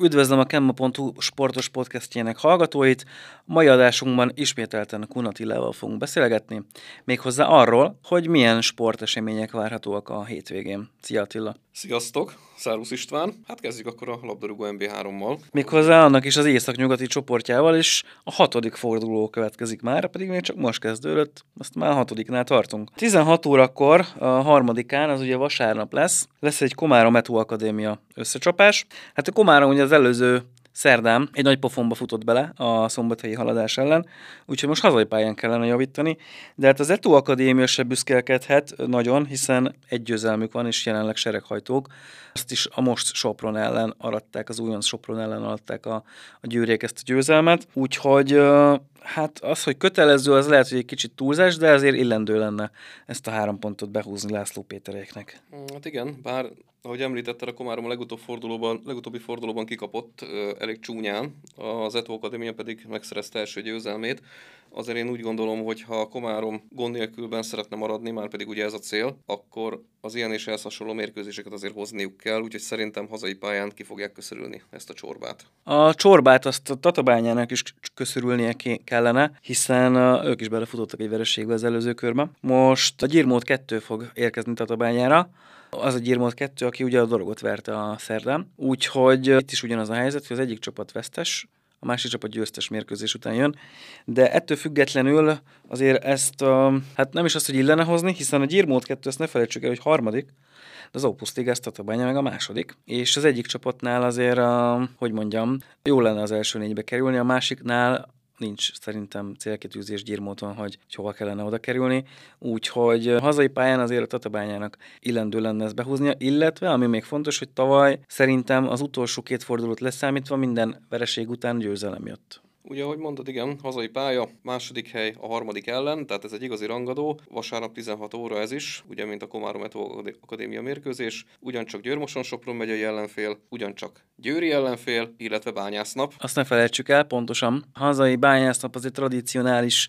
Üdvözlöm a Kemma.hu sportos podcastjének hallgatóit. A mai adásunkban ismételten Kun Attilával fogunk beszélgetni, méghozzá arról, hogy milyen sportesemények várhatóak a hétvégén. Szia Attila! Sziasztok! Szervusz István! Hát kezdjük akkor a labdarúgó NB3-mal. Méghozzá annak is az északnyugati csoportjával, és a 6. forduló következik már, pedig még csak most kezdődött, azt már a 6-nál tartunk. 16 órakor, a 3-án, az ugye vasárnap lesz egy Komárom Metó Akadémia összecsapás. Hát a Komárom ugye az előző szerdán egy nagy pofonba futott bele a szombathelyi Haladás ellen, úgyhogy most hazai pályán kellene javítani, de hát az Eto Akadémia se büszkélkedhet nagyon, hiszen egy győzelmük van, és jelenleg sereghajtók. Azt is a most Sopron ellen aratták, az újonc Sopron ellen aratták a győriek ezt a győzelmet, úgyhogy hát az, hogy kötelező, az lehet, hogy egy kicsit túlzás, de azért illendő lenne ezt a 3 pontot behúzni László Péteréknek. Hát igen, bár ahogy említetted, a Komárom a legutóbbi fordulóban kikapott elég csúnyán, az Eto Akadémia pedig megszerezte első győzelmét. Azért én úgy gondolom, hogy ha a Komárom gond nélkülben szeretne maradni, már pedig ugye ez a cél, akkor az ilyen és ehhez hasonló mérkőzéseket azért hozniuk kell, úgyhogy szerintem hazai pályán ki fogják köszörülni ezt a csorbát. A csorbát azt a Tatabányának is köszörülnie kellene, hiszen ők is belefutottak egy vereségbe az előző körbe. Most a Gyirmót 2 fog érkezni Tatabányára, az a Gyirmót 2, aki ugye a Dorogot verte a szerdán, úgyhogy itt is ugyanaz a helyzet, hogy az egyik csapat vesztes, a másik csapat győztes mérkőzés után jön, de ettől függetlenül azért ezt, hát nem is azt, hogy illene hozni, hiszen a Gyirmót 2, ezt ne felejtsük el, hogy harmadik, de az Opus Tigres Tatabánya meg a második, és az egyik csapatnál azért, hogy mondjam, jó lenne az első 4-be kerülni, a másiknál nincs szerintem célkitűzés Gyirmóton, hogy hova kellene oda kerülni, úgyhogy hazai pályán azért a Tatabányának illendő lenne ezt behúznia, illetve, ami még fontos, hogy tavaly szerintem az utolsó 2 fordulót leszámítva minden vereség után győzelem jött. Ugye, ahogy mondod, igen, hazai pálya, második hely a harmadik ellen, tehát ez egy igazi rangadó. Vasárnap 16 óra ez is, ugye, mint a Komárom Metó Akadémia mérkőzés. Ugyancsak Győr-Moson-Sopron megyei ellenfél, ugyancsak győri ellenfél, illetve bányásznap. Azt ne felejtsük el, pontosan. Hazai bányásznap az egy tradicionális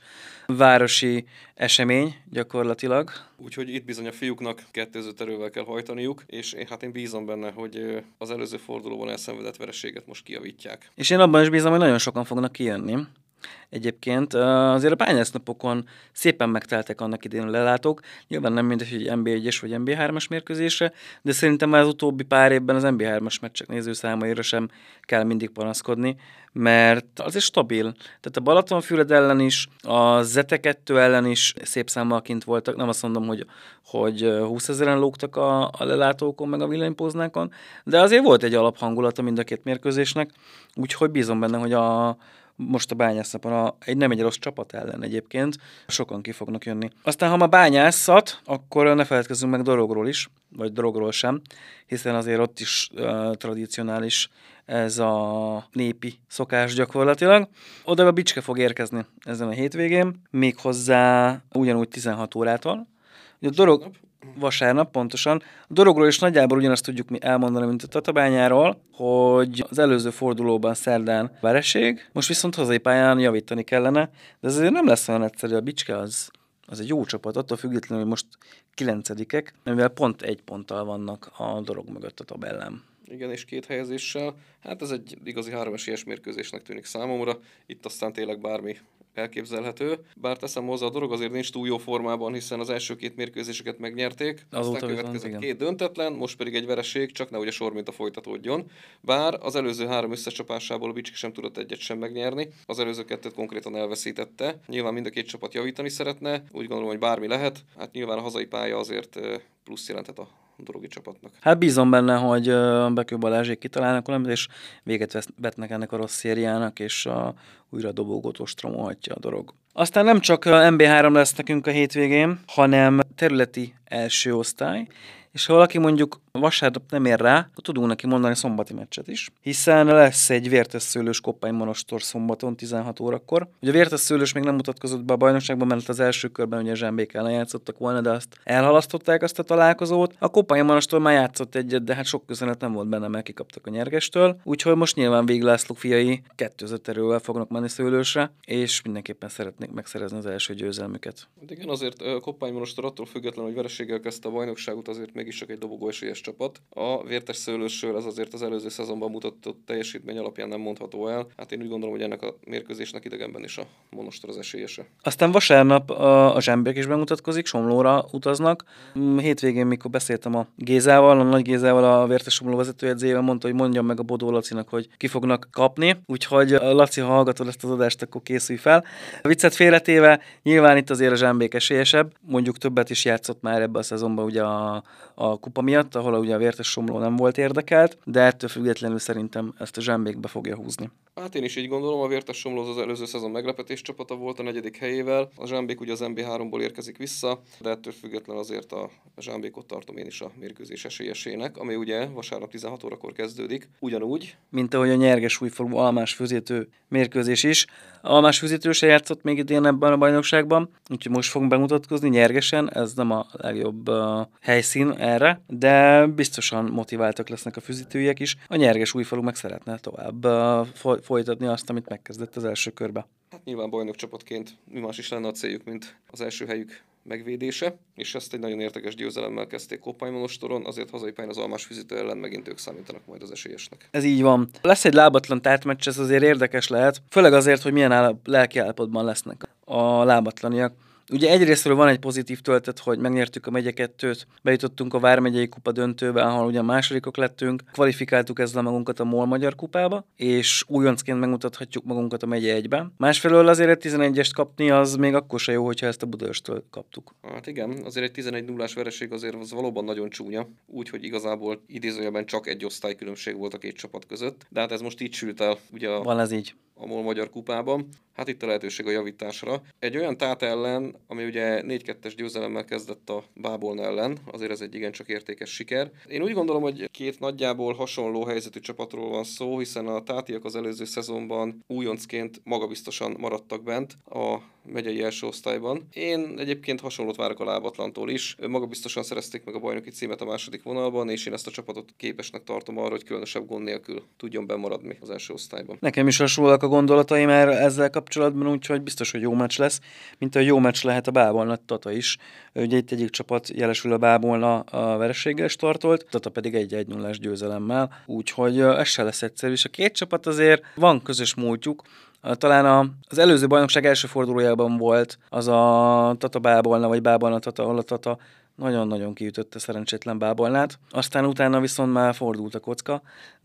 városi esemény gyakorlatilag. Úgyhogy itt bizony a fiúknak kettőzött erővel kell hajtaniuk, és én bízom benne, hogy az előző fordulóban elszenvedett vereséget most kijavítják. És én abban is bízom, hogy nagyon sokan fognak kijönni. Egyébként azért a bányásznapokon szépen megteltek annak idén a lelátók. Nyilván nem mindegy, hogy NB1-es vagy NB3-as mérkőzésre, de szerintem már az utóbbi pár évben az NB3-as meccsek nézőszámaira sem kell mindig panaszkodni, mert azért stabil. Tehát a Balatonfüred ellen is, a Zete 2 ellen is szép számmal kint voltak. Nem azt mondom, hogy 20 000-en lógtak a lelátókon, meg a villanypóznákon, de azért volt egy alaphangulata mind a 2 mérkőzésnek, úgyhogy bízom benne, hogy most a bányásznapon nem egy rossz csapat ellen egyébként, sokan ki fognak jönni. Aztán, ha ma bányászat, akkor ne feledkezzünk meg Dorogról is, vagy Dorogról sem, hiszen azért ott is tradicionális ez a népi szokás gyakorlatilag. Oda a Bicske fog érkezni ezen a hétvégén, méghozzá ugyanúgy 16 órától. A Dorog vasárnap pontosan. A Dorogról is nagyjából ugyanazt tudjuk elmondani, mint a Tatabányáról, hogy az előző fordulóban szerdán vereség, most viszont hazai pályán javítani kellene, de ez azért nem lesz olyan egyszerű, a Bicske az egy jó csapat, attól függetlenül, hogy most 9-ek, mivel pont 1 ponttal vannak a Dorog mögött a tabellán. Igen, és 2 helyezéssel. Hát ez egy igazi 3 esélyes mérkőzésnek tűnik számomra. Itt aztán tényleg bármi elképzelhető. Bár teszem hozzá, a Dorog azért nincs túl jó formában, hiszen az első 2 mérkőzéseket megnyerték. Aztán következett 2 döntetlen, most pedig egy vereség, csak nehogy a sor minta folytatódjon. Bár az előző 3 összecsapásából a Bicske sem tudott egyet sem megnyerni. Az előző 2-t konkrétan elveszítette. Nyilván mind a 2 csapat javítani szeretne. Úgy gondolom, hogy bármi lehet. Hát nyilván a hazai pálya azért plusz jelenthet a Dorogi csapatnak. Hát bízom benne, hogy Bekő Balázsék kitalálnak valamit, és véget vetnek ennek a rossz szériának, és újra dobogót ostromolhatja a Dorog. Aztán nem csak NB3 lesz nekünk a hétvégén, hanem területi első osztály, és ha valaki mondjuk vasárnap nem ér rá, akkor tudunk neki mondani szombati meccset is, hiszen lesz egy Vértesszőlős Koppány Monostor szombaton 16 órakor. Ugye a Vértesszőlős még nem mutatkozott be a bajnokságban, mert az első körben ugye Zsámbék ellen játszottak volna, de azt elhalasztották azt a találkozót. A Koppány Monostor már játszott egyet, de hát sok köszönet nem volt benne, mert kikaptak a Nyergestől. Úgyhogy most nyilván Vég László fiai 2 erővel fognak menni Szőlősre, és mindenképpen szeretnék megszerezni az első győzelmüket. Igen, azért Koppány Monostor attól függetlenül, hogy vereséggel kezdte a bajnokságot, azért mégis csak egy dobogó esélyes csapat. A Vértes Szőlősről ez azért az előző szezonban mutatott teljesítmény alapján nem mondható el. Hát én úgy gondolom, hogy ennek a mérkőzésnek idegenben is a Monostor az esélyese. Aztán vasárnap a Zsámbék is bemutatkozik, Somlóra utaznak. Hétvégén, mikor beszéltem a Gézával, a Nagy Gézával, a Vértes Somló vezetőedzéjével, mondta, hogy mondjam meg a Bodó Lacinak, hogy ki fognak kapni. Úgyhogy Laci, ha hallgatod ezt az adást, akkor készülj fel. A viccet félretéve, nyilván itt azért a Zsámbék esélyesebb, mondjuk többet is játszott már ebbe a szezonban ugye a kupa miatt, ahol ugye a Vértes Somló nem volt érdekelt, de ettől függetlenül szerintem ezt a Zsámbék be fogja húzni. Hát én is így gondolom, a Vértes Somló az előző szezon meglepetés csapata volt a 4. helyével. A Zsámbék ugye az MB3-ból érkezik vissza, de ettől független azért a Zsámbékot tartom én is a mérkőzés esélyesének, ami ugye vasárnap 16 órakor kezdődik. Ugyanúgy, mint ahogy a Nyerges-Újfalu Almás-Füzétő mérkőzés is. Almás-Füzétő se játszott még idén ebben a bajnokságban, úgyhogy most fogunk bemutatkozni Nyergesen, ez nem a legjobb helyszín erre, de biztosan motiváltak lesznek a füzitőiek is. A Nyerges-Újfalu meg szeretne tovább folytatni azt, amit megkezdett az első körbe. hát nyilván bajnok csapatként mi más is lenne a céljuk, mint az első helyük megvédése, és ezt egy nagyon értékes győzelemmel kezdték Koppány Monostoron, azért hazai pályán az Almás Füzitő ellen megint ők számítanak majd az esélyesnek. Ez így van. Lesz egy lábatlan tártmeccs, ez azért érdekes lehet, főleg azért, hogy milyen lelki állapotban lesznek a lábatlaniak. Ugye egyrésztről van egy pozitív töltet, hogy megnyertük a megye 2-t, bejutottunk a Vármegyei kupa döntőbe, ahol ugye másodikok lettünk, kvalifikáltuk ezzel magunkat a MOL Magyar kupába, és újoncként megmutathatjuk magunkat a megye 1-ben. Másfelől azért egy 11-est kapni az még akkor se jó, hogyha ezt a Budaörstől kaptuk. Hát igen, azért egy 11-0-ás vereség azért az valóban nagyon csúnya, úgyhogy igazából idézőjelben csak egy osztálykülönbség volt a két csapat között, de hát ez most így sült el ugye Van ez így. a MOL Magyar kupában. Hát itt a lehetőség a javításra. Egy olyan Tát ellen, ami ugye 4-2-es győzelemmel kezdett a Bábolna ellen, azért ez egy igencsak értékes siker. Én úgy gondolom, hogy két nagyjából hasonló helyzetű csapatról van szó, hiszen a tátiak az előző szezonban újoncként magabiztosan maradtak bent a megyei első osztályban. Én egyébként hasonlót várok a Lábatlantól is. Magabiztosan szerezték meg a bajnoki címet a második vonalban, és én ezt a csapatot képesnek tartom arra, hogy különösebb gond nélkül tudjon bemaradni az első osztályban. Nekem is hasonlóak a gondolataim ezzel kapcsolatban, úgyhogy biztos, hogy jó meccs lesz, mint a jó meccs lehet a Bábolna Tata is. Ugye itt egyik csapat jelesül a Bábolna a vereséggel startolt, Tata pedig egy 1-0-ás győzelemmel, úgyhogy ez se lesz egyszerű, és a két csapat azért van közös múltjuk. Talán az előző bajnokság első fordulójában volt az a Tata Bábolna, vagy Bábolna Tata, ahol a Tata nagyon-nagyon kiütötte szerencsétlen Bábolnát. Aztán utána viszont már fordult a kocka,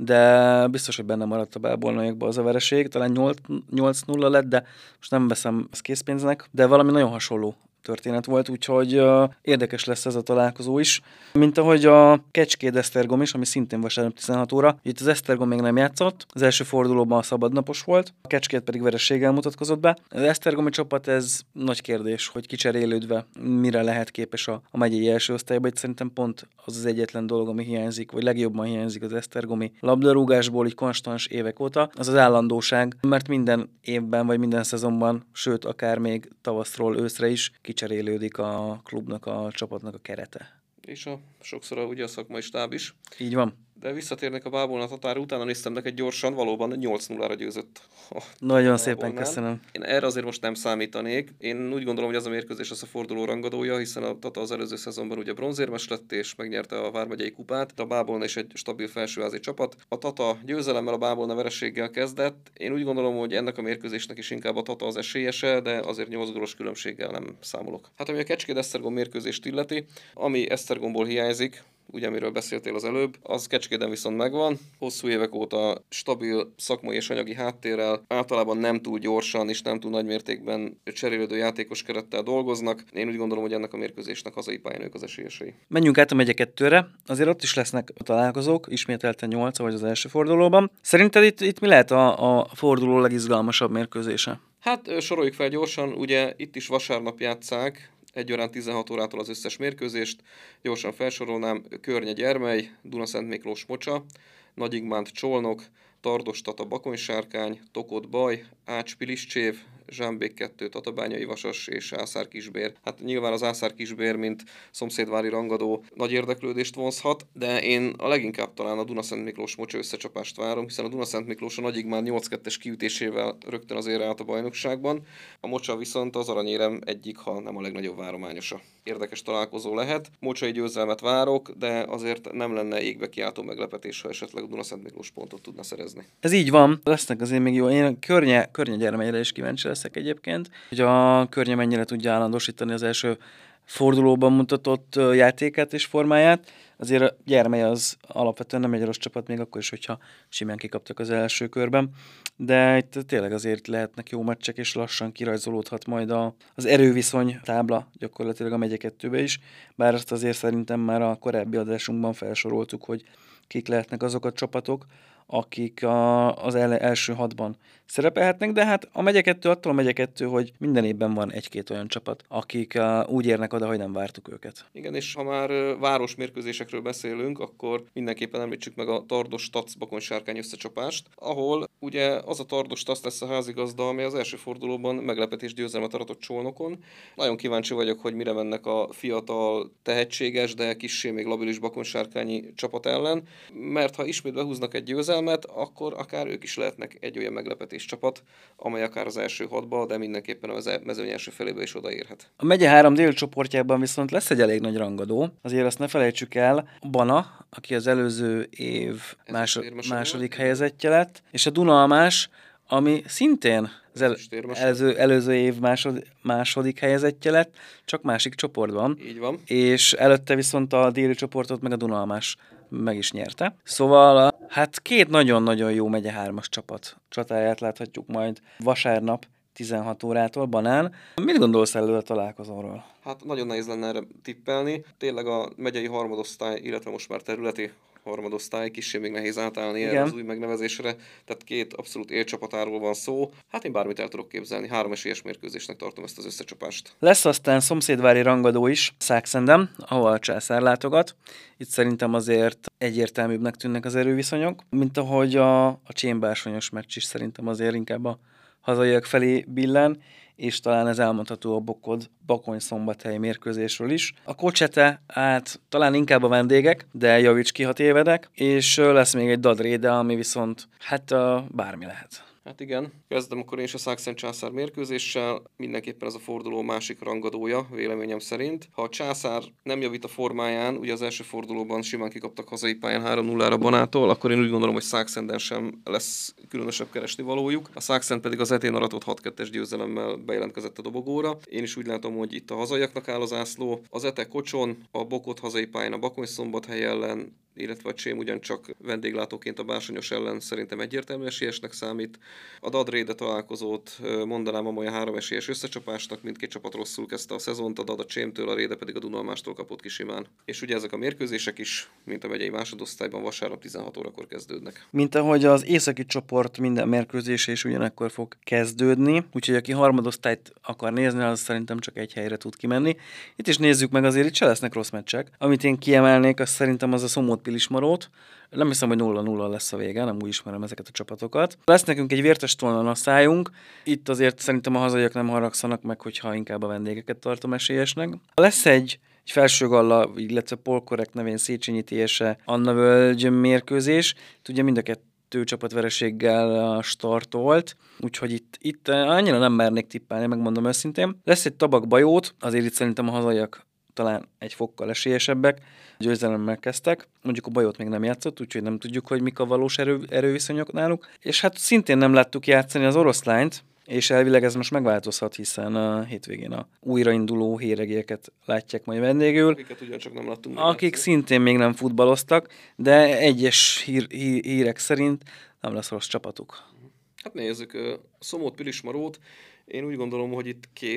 de biztos, hogy benne maradt a Bábolnaiakba az a vereség. Talán 8-0 lett, de most nem veszem ezt készpénznek, de valami nagyon hasonló történet volt, úgyhogy érdekes lesz ez a találkozó is. Mint ahogy a Kecskét-Esztergom is, ami szintén vasárnap 16 óra. Itt az Esztergom még nem játszott, az első fordulóban szabadnapos volt, a Kecskét pedig vereséggel mutatkozott be. Az esztergomi csapat, ez nagy kérdés, hogy kicserélődve mire lehet képes a megyei első osztályba. Itt szerintem pont az az egyetlen dolog, ami hiányzik, vagy legjobban hiányzik az esztergomi labdarúgásból, így konstans évek óta, az az állandóság, mert minden évben, vagy minden szezonban, sőt, akár még tavaszról őszre is kicserélődik a klubnak, a csapatnak a kerete. És sokszor ugye a szakmai stáb is. Így van. De visszatérnek a Bábolna Tatára, utána néztem neked gyorsan, valóban 8-0-ra győzött. Nagyon szépen köszönöm. Én erre azért most nem számítanék. Én úgy gondolom, hogy az a mérkőzés az a forduló rangadója, hiszen a Tata az előző szezonban ugye bronzérmes lett és megnyerte a Vármegyei kupát. A Bábolna is egy stabil felsőházi csapat. A Tata győzelemmel, a Bábolna vereséggel kezdett. Én úgy gondolom, hogy ennek a mérkőzésnek is inkább a Tata az esélyese, de azért 8 gólos különbséggel nem számolok. Hát ami a Kecskét-Esztergom mérkőzést illeti, ami Esztergomból hiányzik, ugye amiről beszéltél az előbb, az Kecskéden viszont megvan. Hosszú évek óta stabil szakmai és anyagi háttérrel, általában nem túl gyorsan és nem túl nagy mértékben cserélődő játékos kerettel dolgoznak. Én úgy gondolom, hogy ennek a mérkőzésnek hazai pályán ők az esélyesei. Menjünk át a megye 2-re, azért ott is lesznek a találkozók, ismételten 8, vagy az első fordulóban. Szerinted itt mi lehet a forduló legizgalmasabb mérkőzése? Hát soroljuk fel gyorsan, ugye itt is vasárnap játsszák, 1 16 órától az összes mérkőzést. Gyorsan felsorolnám: Környe Gyermely, Dunaszent Miklós Mocsa, Nagyigmánt Csolnok, Tardos Tata Bakonysárkány, Tokod Baj, Ács Piliscsév, Zsámbék 2, Tatabányai Vasas és Ászár Kisbér. Hát nyilván az Ászár Kisbér, mint szomszédvári rangadó nagy érdeklődést vonzhat, de én a leginkább talán a Dunaszent Miklós Mocsa összecsapást várom, hiszen a Dunaszent Miklós a Nagyig már 8-2-es kiütésével rögtön azért állt a bajnokságban. A Mocsa viszont az aranyérem egyik, ha nem a legnagyobb várományosa. Érdekes találkozó lehet. Mocsai győzelmet várok, de azért nem lenne égbe kiáltó meglepetés, ha esetleg a Dunaszent Miklós pontot tudna szerezni. Ez így van. Lesznek azért még jó. Én a Környe gyermegyre is kíváncsi leszek egyébként, hogy a Környe mennyire tudja állandósítani az első fordulóban mutatott játékát és formáját. Azért a Gyermely az alapvetően nem egy rossz csapat, még akkor is, hogyha simán kikaptak az első körben. De itt tényleg azért lehetnek jó meccsek, és lassan kirajzolódhat majd az erőviszony tábla gyakorlatilag a megye 2-be is. Bár azt azért szerintem már a korábbi adásunkban felsoroltuk, hogy kik lehetnek azok a csapatok, akik az első 6-ban szerepelhetnek, de hát a megye 2 attól a megye 2, hogy minden évben van egy-két olyan csapat, akik úgy érnek oda, hogy nem vártuk őket. Igen, és ha már városmérkőzésekről beszélünk, akkor mindenképpen említsük meg a Tardos-Tac Bakony-Sárkány összecsapást, ahol ugye az a Tardos-Tac lesz a házigazda, ami az első fordulóban meglepetés győzelmet aratott Csolnokon. Nagyon kíváncsi vagyok, hogy mire mennek a fiatal, tehetséges, de kissé még labilis Bakony-Sárkányi csapat ellen, mert ha ismét behúznak egy győzelmet, akkor akár ők is lehetnek egy olyan meglepetés csapat, amely akár az első 6-ba, de mindenképpen a mezőny első felébe is odaérhet. A megye 3 dél csoportjában viszont lesz egy elég nagy rangadó. Azért azt ne felejtsük el, Bana, aki az előző év második helyezettje lett, és a Dunalmás, ami szintén az előző év második helyezettje lett, csak másik csoportban. Így van. És előtte viszont a déli csoportot meg a Dunalmás meg is nyerte. Szóval hát két nagyon-nagyon jó megye 3-as csapat csatáját láthatjuk majd vasárnap 16 órától Banán. Mit gondolsz előle a találkozóról? Hát nagyon nehéz lenne erre tippelni. Tényleg a megyei harmadosztály, illetve most már területi harmadosztály, kissé még nehéz átállni erre az új megnevezésre, tehát két abszolút élcsapatáról van szó. Hát én bármit el tudok képzelni, 3 esélyes mérkőzésnek tartom ezt az összecsapást. Lesz aztán szomszédvári rangadó is Szákszendem, ahol a Császár látogat. Itt szerintem azért egyértelműbbnek tűnnek az erőviszonyok, mint ahogy a csémbársonyos meccs is szerintem azért inkább a hazaiak felé billen, és talán ez elmondható a Bakony-Szombathely mérkőzésről is. A Kocsete, hát talán inkább a vendégek, de javíts ki, ha tévedek, és lesz még egy Dadréde, ami viszont hát bármi lehet. Hát igen, kezdem akkor én is a Szákszent-Császár mérkőzéssel, mindenképpen ez a forduló másik rangadója, véleményem szerint. Ha a Császár nem javít a formáján, ugye az első fordulóban simán kikaptak hazai pályán 3-0-ra Banától, akkor én úgy gondolom, hogy Szákszenten sem lesz különösebb keresni valójuk. A Szákszent pedig az etén aratott 6-2-es győzelemmel bejelentkezett a dobogóra. Én is úgy látom, hogy itt a hazaiaknak áll az ászló. Az Ete Kocson, a Bokot hazai pályán a Bakony-Szombathely ellen, illetve a Csém ugyancsak vendéglátóként a Bársonyos ellen szerintem egyértelmű esélyesnek számít. A Dadréde találkozót mondanám olyan 3 esélyes összecsapásnak, mindkét csapat rosszul kezdte a szezont, a Dad a Csémtől, a Réde pedig a Dunalmástól kapott ki simán. És ugye ezek a mérkőzések is, mint a megyei másodosztályban vasárnap 16 órakor kezdődnek. Mint ahogy az északi csoport minden mérkőzése is ugyanekkor fog kezdődni, úgyhogy aki harmadosztályt akar nézni, az szerintem csak egy helyre tud kimenni. Itt is nézzük meg, azért itt se lesznek rossz meccsek. Amit én kiemelnék, az szerintem az a Szomód-Pilismarót. Nem hiszem, hogy 0-0 lesz a vége, nem úgy ismerem ezeket a csapatokat. Lesz nekünk egy vértes tollan a szájunk. Itt azért szerintem a hazaiak nem haragszanak meg, hogyha inkább a vendégeket tartom esélyesnek. Lesz egy felső galla, illetve Polkorek nevén Széchenyi TSE Anna Völgy mérkőzés. Itt ugye mind a kettő csapat vereséggel startolt, úgyhogy itt annyira nem mernék tippelni, megmondom őszintén. Lesz egy Tabak-Bajót, azért itt szerintem a hazaiak talán egy fokkal esélyesebbek, győzelemmel kezdtek. Mondjuk a Bajót még nem játszott, úgyhogy nem tudjuk, hogy mik a valós erőviszonyok náluk. És hát szintén nem láttuk játszani az Oroszlányt, és elvileg ez most megváltozhat, hiszen a hétvégén a újrainduló héregéket látják majd vendégül. Akiket ugyancsak nem láttunk. Akik szintén még nem futballoztak, de egyes hírek szerint nem lesz rossz csapatuk. Hát nézzük, Szomód-Pilismarót. Én úgy gondolom, hogy itt két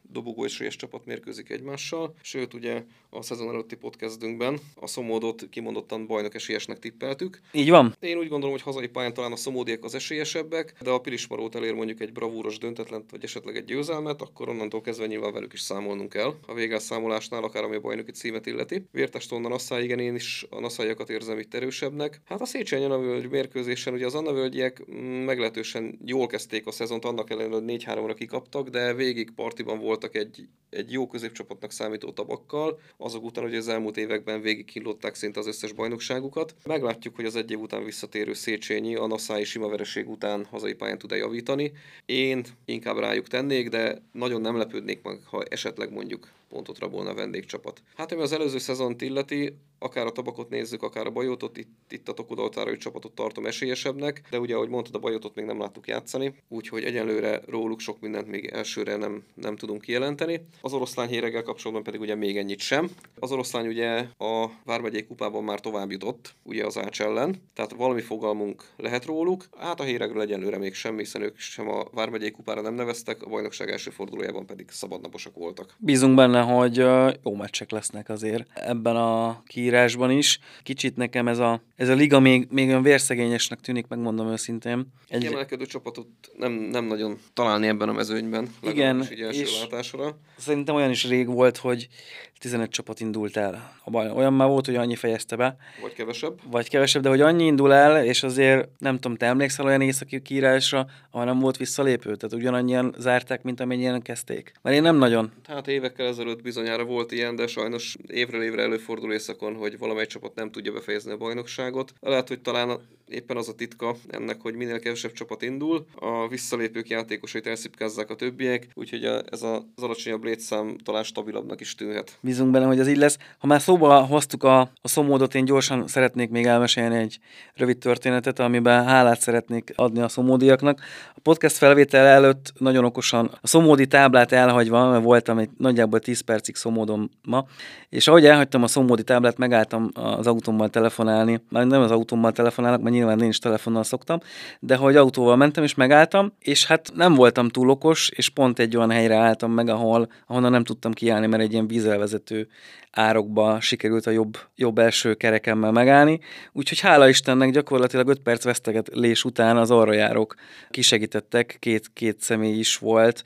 dobogó esélyes csapat mérkőzik egymással, sőt ugye a szezon előtti podcastünkben a Szomódot kimondottan bajnok esélyesnek tippeltük. Így van. Én úgy gondolom, hogy hazai pályán talán a szomódiak az esélyesebbek, de a Pilismarót elér mondjuk egy bravúros döntetlent, vagy esetleg egy győzelmet, akkor onnantól kezdve nyilván velük is számolnunk kell. A végelszámolásnál, akár ami a bajnoki címet illeti. Vértestonnan Nassau, igen, én is a nasszaiakat érzem itt erősebbnek. Hát a Széchenyi-Anna-völgy mérkőzésen ugye az Anna-völgyiek meglehetősen jól kezdték a szezont, annak ellenére, hogy 4-3-ra kikaptak, de végig partiban voltak egy jó középcsapatnak számító Tabakkal, azok után, hogy az elmúlt években végig kínlották szinte az összes bajnokságukat. Meglátjuk, hogy az egy év után visszatérő Széchenyi a nasszai sima vereség után hazai pályán tud-e javítani. Én inkább rájuk tennék, de nagyon nem lepődnék meg, ha esetleg mondjuk pontot rabolna a vendégcsapat. Hát ami az előző szezont illeti, akár a Tabakot nézzük, akár a Bajótot, itt a Tokudautárői csapatot tartom esélyesebbnek, de ugye, ahogy mondtad, a Bajótot még nem láttuk játszani, úgyhogy egyenlőre róluk sok mindent még elsőre nem tudunk kijelenteni. Az oroszlány héreggel kapcsolatban pedig ugye még ennyit sem. Az oroszlány ugye a Vármegyei kupában már tovább jutott, ugye az Ács ellen, tehát valami fogalmunk lehet róluk. Hát a héregről egyenlőre még semmi, hiszen ők sem a Vármegyei kupára nem neveztek, a bajnokság első fordulójában pedig szabadnaposak voltak. Bízunk benne, hogy jó meccsek lesznek azért ebben a kiírásban is. Kicsit nekem ez a liga még olyan vérszegényesnek tűnik, megmondom őszintén. Egy emelkedő csapatot nem nagyon találni ebben a mezőnyben. Igen, így első látásra. Szerintem olyan is rég volt, hogy 15 csapat indult el a baj. Olyan már volt, hogy annyi fejezte be. Vagy kevesebb, de hogy annyi indul el, és azért nem tudom, te emlékszel olyan északi kiírásra, ahol nem volt visszalépő? Tehát ugyanannyian zárták, mint amennyien kezdték. Mert én nem nagyon. Hát évekkel ezelőtt bizonyára volt ilyen, de sajnos évről évre előfordul északon, hogy valamely csapat nem tudja befejezni a bajnokságot. Lehet, hogy talán éppen az a titka ennek, hogy minél kevesebb csapat indul, a visszalépők játékosait elszipkázzák a többiek, úgyhogy ez az alacsonyabb létszám talán stabilabbnak is tűnhet. Bízunk benne, hogy ez így lesz. Ha már szóba hoztuk a Szomódot, én gyorsan szeretnék még elmesélni egy rövid történetet, amiben hálát szeretnék adni a szomódiaknak. A podcast felvétel előtt nagyon okosan a szomódi táblát elhagyva, mert voltam egy nagyjából 10 percig Szomódon ma, és ahogy elhagytam a szomódi táblát, megálltam az autómmal telefonálni. Már nem az autómmal telefonálok, mert nyilván én is telefonnal szoktam, de hogy autóval mentem és megálltam, és hát nem voltam túl okos, és pont egy olyan helyre álltam meg, ahonnan nem tudtam kiállni, mert egy ilyen vízelvezető árokba sikerült a jobb első kerekemmel megállni. Úgyhogy hála Istennek gyakorlatilag 5 perc vesztegetlés után az arra járók kisegítettek, két személy is volt,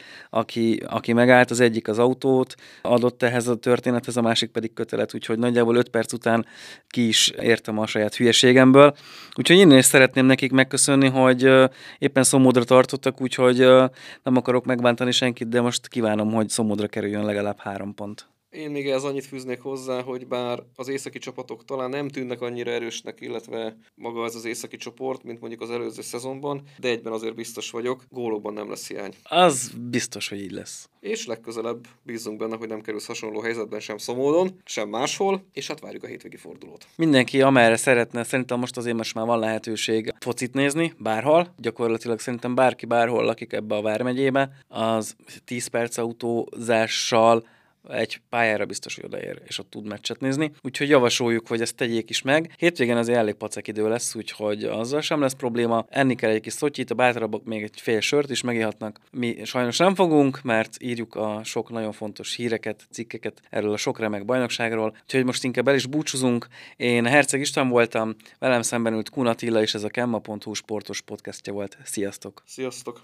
aki megállt, az egyik az autót adott ehhez a történethez, a másik pedig kötelet, úgyhogy nagyjából 5 perc után ki is értem a saját hülyeségemből. Úgyhogy én is szeretném nekik megköszönni, hogy éppen Szomódra tartottak, úgyhogy nem akarok megbántani senkit, de most kívánom, hogy Szomódra kerüljön legalább 3 pont. Én még ehhez annyit fűznék hozzá, hogy bár az északi csapatok talán nem tűnnek annyira erősnek, illetve maga ez az északi csoport, mint mondjuk az előző szezonban, de egyben azért biztos vagyok, gólokban nem lesz hiány. Az biztos, hogy így lesz. És legközelebb bízunk benne, hogy nem kerülsz hasonló helyzetben sem Szomódon, sem máshol, és hát várjuk a hétvégi fordulót. Mindenki amerre szeretne, szerintem most azért most már van lehetőség focit nézni, bárhol. Gyakorlatilag szerintem bárki bárhol lakik ebbe a vármegyébe, az 10 perc autózással egy pályára biztos, hogy odaér, és ott tud meccset nézni. Úgyhogy javasoljuk, hogy ezt tegyék is meg. Hétvégén azért elég pacek idő lesz, úgyhogy azzal sem lesz probléma. Enni kell egy kis szotyit, a bátrabbak még egy fél sört is megihatnak. Mi sajnos nem fogunk, mert írjuk a sok nagyon fontos híreket, cikkeket erről a sok remek bajnokságról. Úgyhogy most inkább el is búcsúzunk. Én Herceg István voltam, velem szemben ült Kun Attila, és ez a Kemma.hu sportos podcastja volt. Sziasztok! Sziasztok!